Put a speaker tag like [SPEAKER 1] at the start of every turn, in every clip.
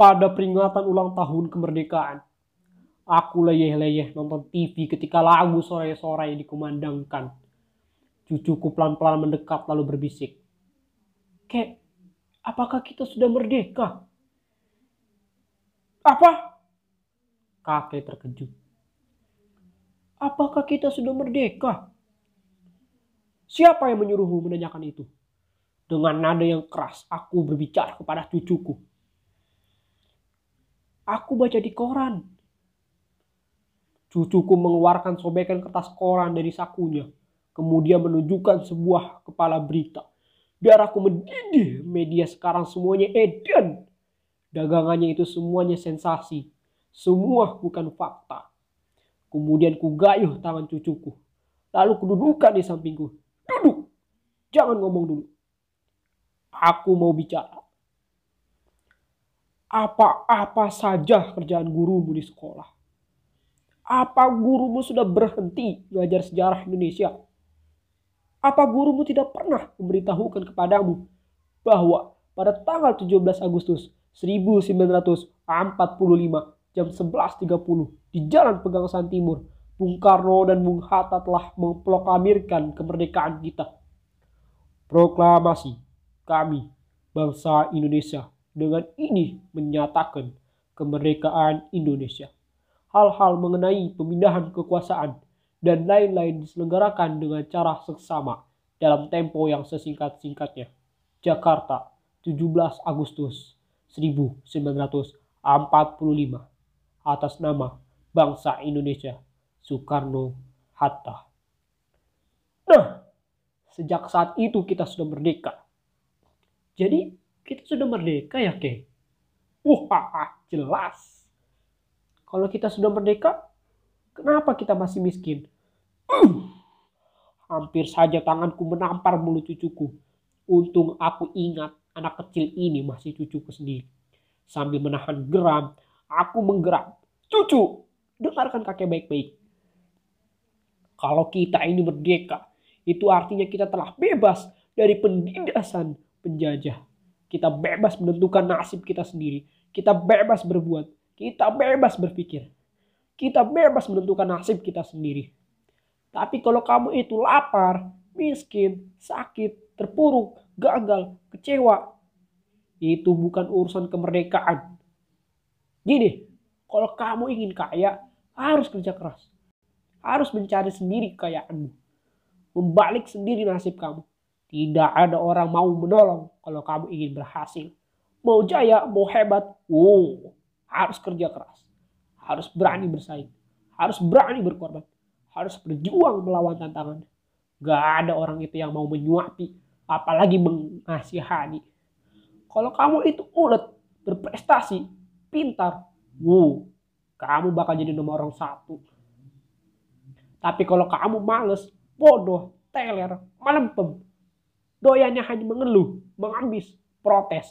[SPEAKER 1] Pada peringatan ulang tahun kemerdekaan, aku leyeh-leyeh nonton TV ketika lagu sorai-sorai dikumandangkan. Cucuku pelan-pelan mendekat lalu berbisik, "Kek, apakah kita sudah merdeka?" "Apa?" Kakek terkejut. "Apakah kita sudah merdeka?" "Siapa yang menyuruhmu menanyakan itu?" Dengan nada yang keras, aku berbicara kepada cucuku. "Aku baca di koran." Cucuku mengeluarkan sobekan kertas koran dari sakunya, kemudian menunjukkan sebuah kepala berita. Darahku mendidih, media sekarang semuanya edan. Dagangannya itu semuanya sensasi. Semua bukan fakta. Kemudian kugayuh tangan cucuku. Lalu kududukan di sampingku. "Duduk, jangan ngomong dulu. Aku mau bicara. Apa-apa saja kerjaan gurumu di sekolah? Apa gurumu sudah berhenti belajar sejarah Indonesia? Apa gurumu tidak pernah memberitahukan kepadamu bahwa pada tanggal 17 Agustus 1945 jam 11.30 di Jalan Pegangsaan Timur, Bung Karno dan Bung Hatta telah memproklamirkan kemerdekaan kita. Proklamasi kami, bangsa Indonesia, dengan ini menyatakan kemerdekaan Indonesia. Hal-hal mengenai pemindahan kekuasaan dan lain-lain diselenggarakan dengan cara seksama dalam tempo yang sesingkat-singkatnya. Jakarta, 17 Agustus 1945. Atas nama bangsa Indonesia, Soekarno-Hatta. Nah, sejak saat itu kita sudah merdeka. Jadi kita sudah merdeka ya, Kek? Wah, jelas. Kalau kita sudah merdeka, kenapa kita masih miskin? Hampir saja tanganku menampar mulut cucuku. Untung aku ingat anak kecil ini masih cucuku sendiri. Sambil menahan geram, aku menggeram. "Cucu, dengarkan kakek baik-baik. Kalau kita ini merdeka, itu artinya kita telah bebas dari penindasan penjajah. Kita bebas menentukan nasib kita sendiri. Kita bebas berbuat. Kita bebas berpikir. Kita bebas menentukan nasib kita sendiri. Tapi kalau kamu itu lapar, miskin, sakit, terpuruk, gagal, kecewa, itu bukan urusan kemerdekaan. Gini, kalau kamu ingin kaya, harus kerja keras. Harus mencari sendiri kekayaanmu. Membalik sendiri nasib kamu. Tidak ada orang mau menolong kalau kamu ingin berhasil. Mau jaya, mau hebat, harus kerja keras. Harus berani bersaing. Harus berani berkorban. Harus berjuang melawan tantangan. Gak ada orang itu yang mau menyuapi, apalagi mengasihani. Kalau kamu itu ulet, berprestasi, pintar, kamu bakal jadi nomor 1. Tapi kalau kamu males, bodoh, teler, melempem, doyannya hanya mengeluh, mengambis, protes,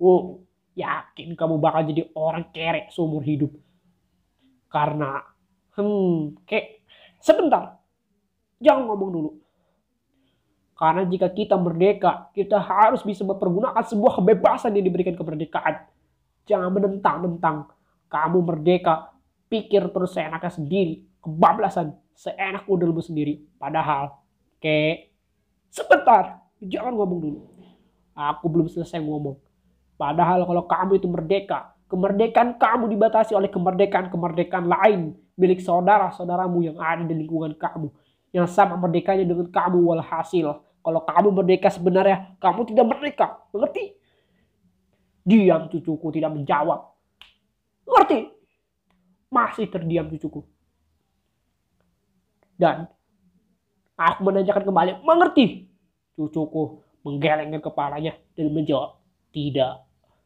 [SPEAKER 1] yakin kamu bakal jadi orang kerek seumur hidup. Karena, Kek, sebentar, jangan ngomong dulu. Karena jika kita merdeka, kita harus bisa mempergunakan sebuah kebebasan yang diberikan kemerdekaan. Jangan menentang-mentang. Kamu merdeka, pikir terus seenaknya sendiri. Kebablasan, seenak udelmu sendiri. Padahal, Kek, sebentar, jangan ngomong dulu. Aku belum selesai ngomong. Padahal kalau kamu itu merdeka, kemerdekaan kamu dibatasi oleh kemerdekaan-kemerdekaan lain milik saudara-saudaramu yang ada di lingkungan kamu. Yang sama merdekanya dengan kamu, walhasil. Kalau kamu merdeka sebenarnya, kamu tidak merdeka. Mengerti? Diam cucuku tidak menjawab. Ngerti? Masih terdiam cucuku. Dan aku menanyakan kembali, mengerti? Cucuku menggelengkan kepalanya dan menjawab, tidak.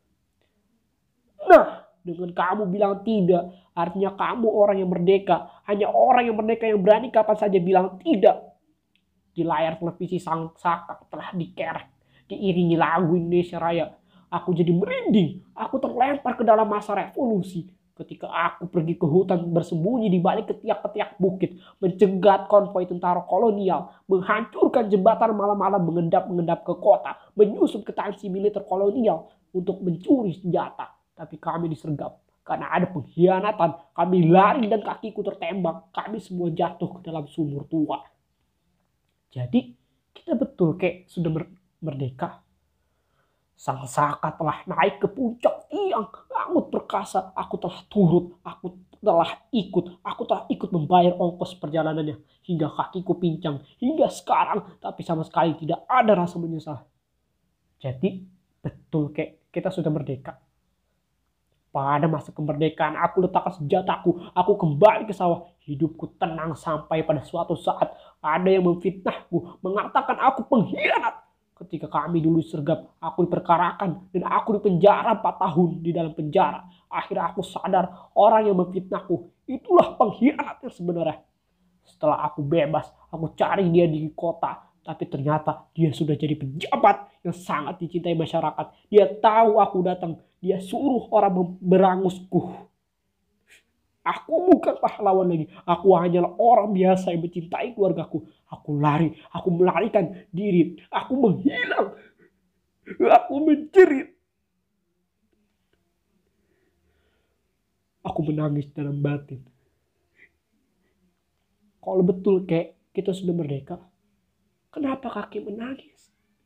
[SPEAKER 1] Nah, dengan kamu bilang tidak, artinya kamu orang yang merdeka. Hanya orang yang merdeka yang berani kapan saja bilang tidak. Di layar televisi sang saka telah dikerek, diiringi lagu Indonesia Raya. Aku jadi merinding. Aku terlempar ke dalam masa revolusi. Ketika aku pergi ke hutan bersembunyi di balik ketiak-ketiak bukit, mencegat konvoi tentara kolonial, menghancurkan jembatan malam-malam, mengendap-mengendap ke kota, menyusup ke tansi militer kolonial untuk mencuri senjata. tapi kami disergap. Karena ada pengkhianatan, kami lari dan kakiku tertembak. Kami semua jatuh ke dalam sumur tua. Jadi kita betul kayak sudah merdeka. Sang saka telah naik ke puncak tiang langit perkasa. Aku telah turut, aku telah ikut membayar ongkos perjalanannya. Hingga kakiku pincang, hingga sekarang. Tapi sama sekali tidak ada rasa menyesal. Jadi betul kayak kita sudah merdeka. Pada masa kemerdekaan aku letakkan senjataku, aku kembali ke sawah. Hidupku tenang sampai pada suatu saat ada yang memfitnahku, mengatakan aku pengkhianat. Ketika kami dulu sergap, aku diperkarakan dan aku dipenjara 4 tahun di dalam penjara. Akhirnya aku sadar orang yang memfitnahku itulah pengkhianat yang sebenarnya. Setelah aku bebas, aku cari dia di kota. Tapi ternyata dia sudah jadi pejabat yang sangat dicintai masyarakat. Dia tahu aku datang. Dia suruh orang berangusku. Aku bukan pahlawan lagi. Aku hanyalah orang biasa yang mencintai keluargaku. Aku lari. Aku melarikan diri. Aku menghilang. Aku menjerit. Aku menangis dalam batin. Kalau betul kayak kita sudah merdeka, kenapa kaki menangis?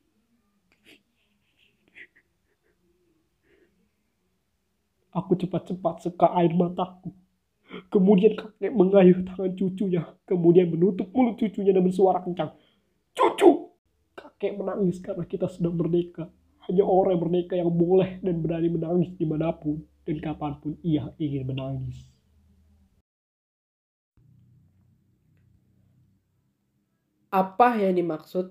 [SPEAKER 1] Aku cepat-cepat seka air mataku. Kemudian kakek mengayuh tangan cucunya. Kemudian menutup mulut cucunya dan bersuara kencang. Cucu! Kakek menangis karena kita sudah merdeka. Hanya orang merdeka yang boleh dan berani menangis dimanapun dan kapanpun ia ingin menangis. Apa yang dimaksud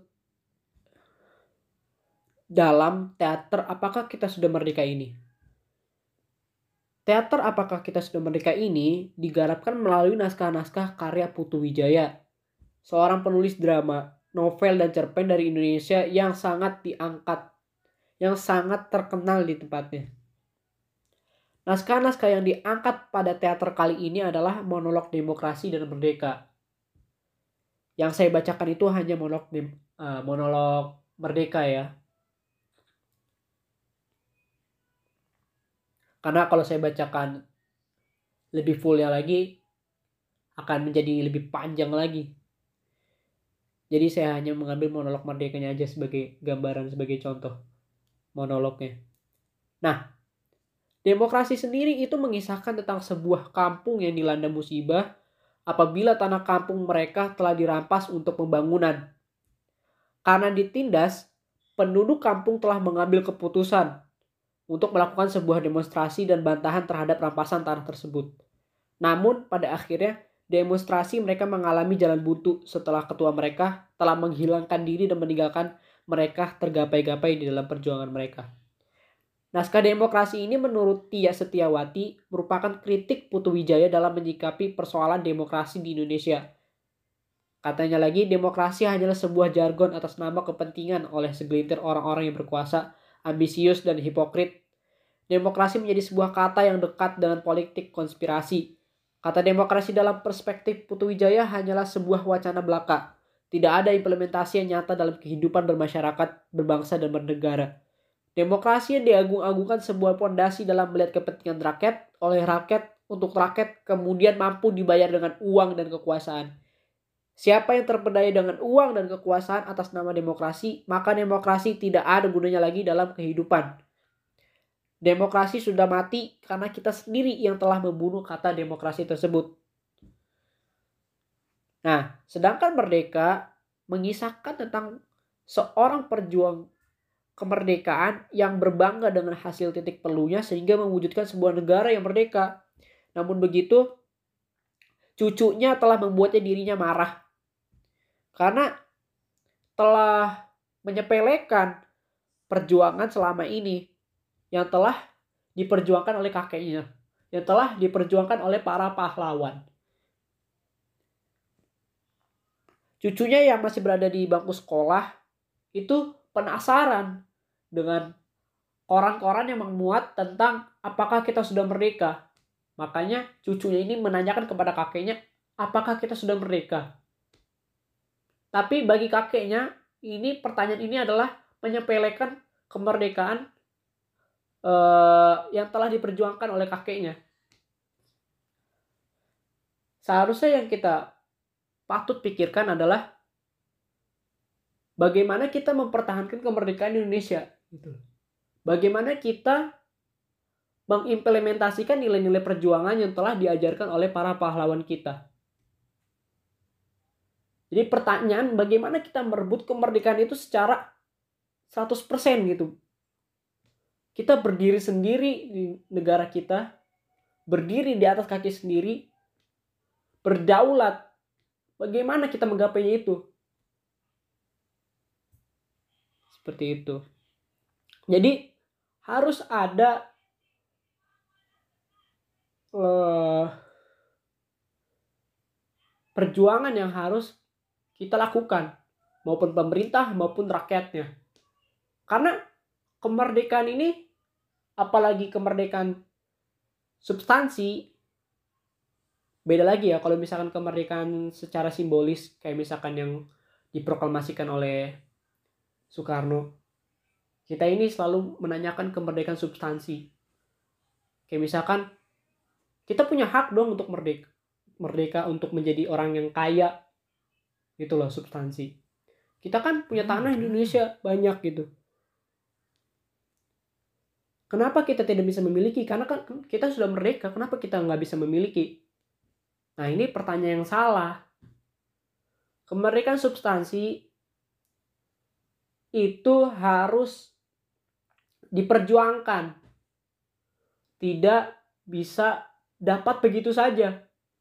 [SPEAKER 1] dalam teater apakah kita sudah merdeka ini? Teater Apakah Kita Sudah Merdeka ini digarapkan melalui naskah-naskah karya Putu Wijaya, seorang penulis drama, novel, dan cerpen dari Indonesia yang sangat terkenal di tempatnya. Naskah-naskah yang diangkat pada teater kali ini adalah monolog Demokrasi dan Merdeka. Yang saya bacakan itu hanya monolog Merdeka ya. Karena kalau saya bacakan lebih fullnya lagi, akan menjadi lebih panjang lagi. Jadi saya hanya mengambil monolog Merdekanya aja sebagai gambaran, sebagai contoh monolognya. Nah, Demokrasi sendiri itu mengisahkan tentang sebuah kampung yang dilanda musibah apabila tanah kampung mereka telah dirampas untuk pembangunan. Karena ditindas, penduduk kampung telah mengambil keputusan untuk melakukan sebuah demonstrasi dan bantahan terhadap rampasan tanah tersebut. Namun pada akhirnya demonstrasi mereka mengalami jalan buntu setelah ketua mereka telah menghilangkan diri dan meninggalkan mereka tergapai-gapai di dalam perjuangan mereka. Naskah Demokrasi ini menurut Tia Setiawati merupakan kritik Putu Wijaya dalam menyikapi persoalan demokrasi di Indonesia. Katanya lagi, demokrasi hanyalah sebuah jargon atas nama kepentingan oleh segelintir orang-orang yang berkuasa, ambisius, dan hipokrit. Demokrasi menjadi sebuah kata yang dekat dengan politik konspirasi. Kata demokrasi dalam perspektif Putu Wijaya hanyalah sebuah wacana belaka. Tidak ada implementasi yang nyata dalam kehidupan bermasyarakat, berbangsa, dan bernegara. Demokrasi yang diagung-agungkan sebuah pondasi dalam melihat kepentingan rakyat, oleh rakyat, untuk rakyat, kemudian mampu dibayar dengan uang dan kekuasaan. Siapa yang terpedaya dengan uang dan kekuasaan atas nama demokrasi, maka demokrasi tidak ada gunanya lagi dalam kehidupan. Demokrasi sudah mati karena kita sendiri yang telah membunuh kata demokrasi tersebut. Nah, sedangkan Merdeka mengisahkan tentang seorang perjuang kemerdekaan yang berbangga dengan hasil titik perlunya sehingga mewujudkan sebuah negara yang merdeka. Namun begitu, cucunya telah membuatnya dirinya marah. Karena telah menyepelekan perjuangan selama ini yang telah diperjuangkan oleh kakeknya, yang telah diperjuangkan oleh para pahlawan. Cucunya yang masih berada di bangku sekolah itu penasaran dengan koran-koran yang memuat tentang apakah kita sudah merdeka. Makanya cucunya ini menanyakan kepada kakeknya, apakah kita sudah merdeka? Tapi bagi kakeknya, pertanyaan ini adalah menyepelekan kemerdekaan yang telah diperjuangkan oleh kakeknya. Seharusnya yang kita patut pikirkan adalah bagaimana kita mempertahankan kemerdekaan Indonesia. Bagaimana kita mengimplementasikan nilai-nilai perjuangan yang telah diajarkan oleh para pahlawan kita. Jadi pertanyaan, bagaimana kita merebut kemerdekaan itu secara 100% gitu. Kita berdiri sendiri di negara kita, berdiri di atas kaki sendiri, berdaulat. Bagaimana kita menggapainya itu? Seperti itu. Jadi harus ada perjuangan yang harus kita lakukan, maupun pemerintah maupun rakyatnya. Karena kemerdekaan ini, apalagi kemerdekaan substansi, beda lagi ya. Kalau misalkan kemerdekaan secara simbolis, kayak misalkan yang diproklamasikan oleh Soekarno, kita ini selalu menanyakan kemerdekaan substansi. Kayak misalkan kita punya hak dong untuk merdeka untuk menjadi orang yang kaya, gitu loh, substansi. Kita kan punya tanah di Indonesia banyak gitu. Kenapa kita tidak bisa memiliki? Karena kan kita sudah merdeka, kenapa kita nggak bisa memiliki? Nah, ini pertanyaan yang salah. Kemerdekaan substansi itu harus diperjuangkan. Tidak bisa dapat begitu saja.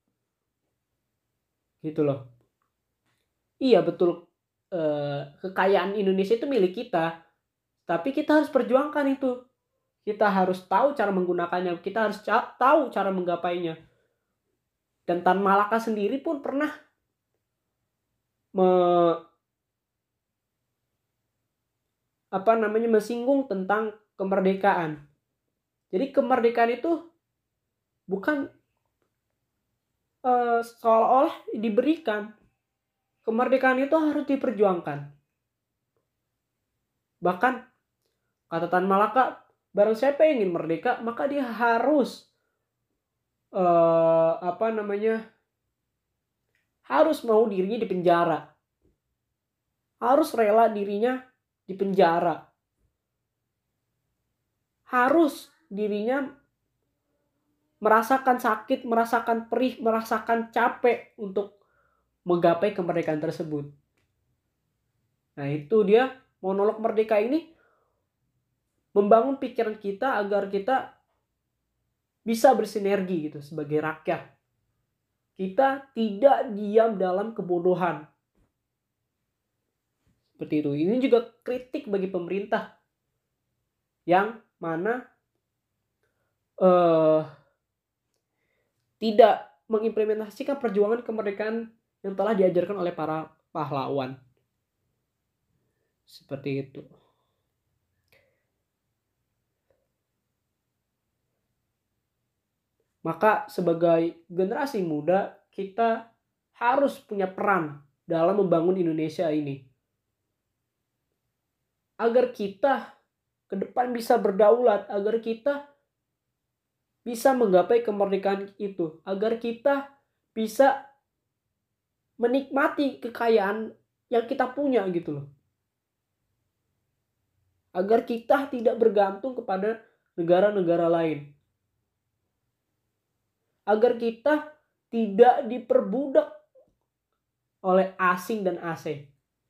[SPEAKER 1] Gitu loh. Iya betul, kekayaan Indonesia itu milik kita. Tapi kita harus perjuangkan itu. Kita harus tahu cara menggunakannya. Kita harus tahu cara menggapainya. Dan Tan Malaka sendiri pun pernah mesinggung tentang kemerdekaan. Jadi kemerdekaan itu bukan seolah-olah diberikan. Kemerdekaan itu harus diperjuangkan. Bahkan kata Tan Malaka, barang siapa yang ingin merdeka, maka dia harus harus mau dirinya di penjara. Harus rela dirinya di penjara. Harus dirinya merasakan sakit, merasakan perih, merasakan capek untuk menggapai kemerdekaan tersebut. Nah, itu dia monolog merdeka ini membangun pikiran kita agar kita bisa bersinergi gitu sebagai rakyat. Kita tidak diam dalam kebodohan. Seperti itu. Ini juga kritik bagi pemerintah yang mana tidak mengimplementasikan perjuangan kemerdekaan yang telah diajarkan oleh para pahlawan. Seperti itu. Maka sebagai generasi muda, kita harus punya peran dalam membangun Indonesia ini. Agar kita ke depan bisa berdaulat, agar kita bisa menggapai kemerdekaan itu, agar kita bisa menikmati kekayaan yang kita punya gitu loh. Agar kita tidak bergantung kepada negara-negara lain. Agar kita tidak diperbudak oleh asing dan asing.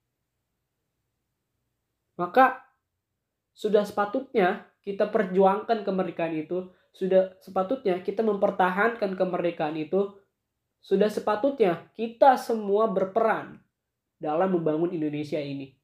[SPEAKER 1] Maka sudah sepatutnya kita perjuangkan kemerdekaan itu, sudah sepatutnya kita mempertahankan kemerdekaan itu, sudah sepatutnya kita semua berperan dalam membangun Indonesia ini.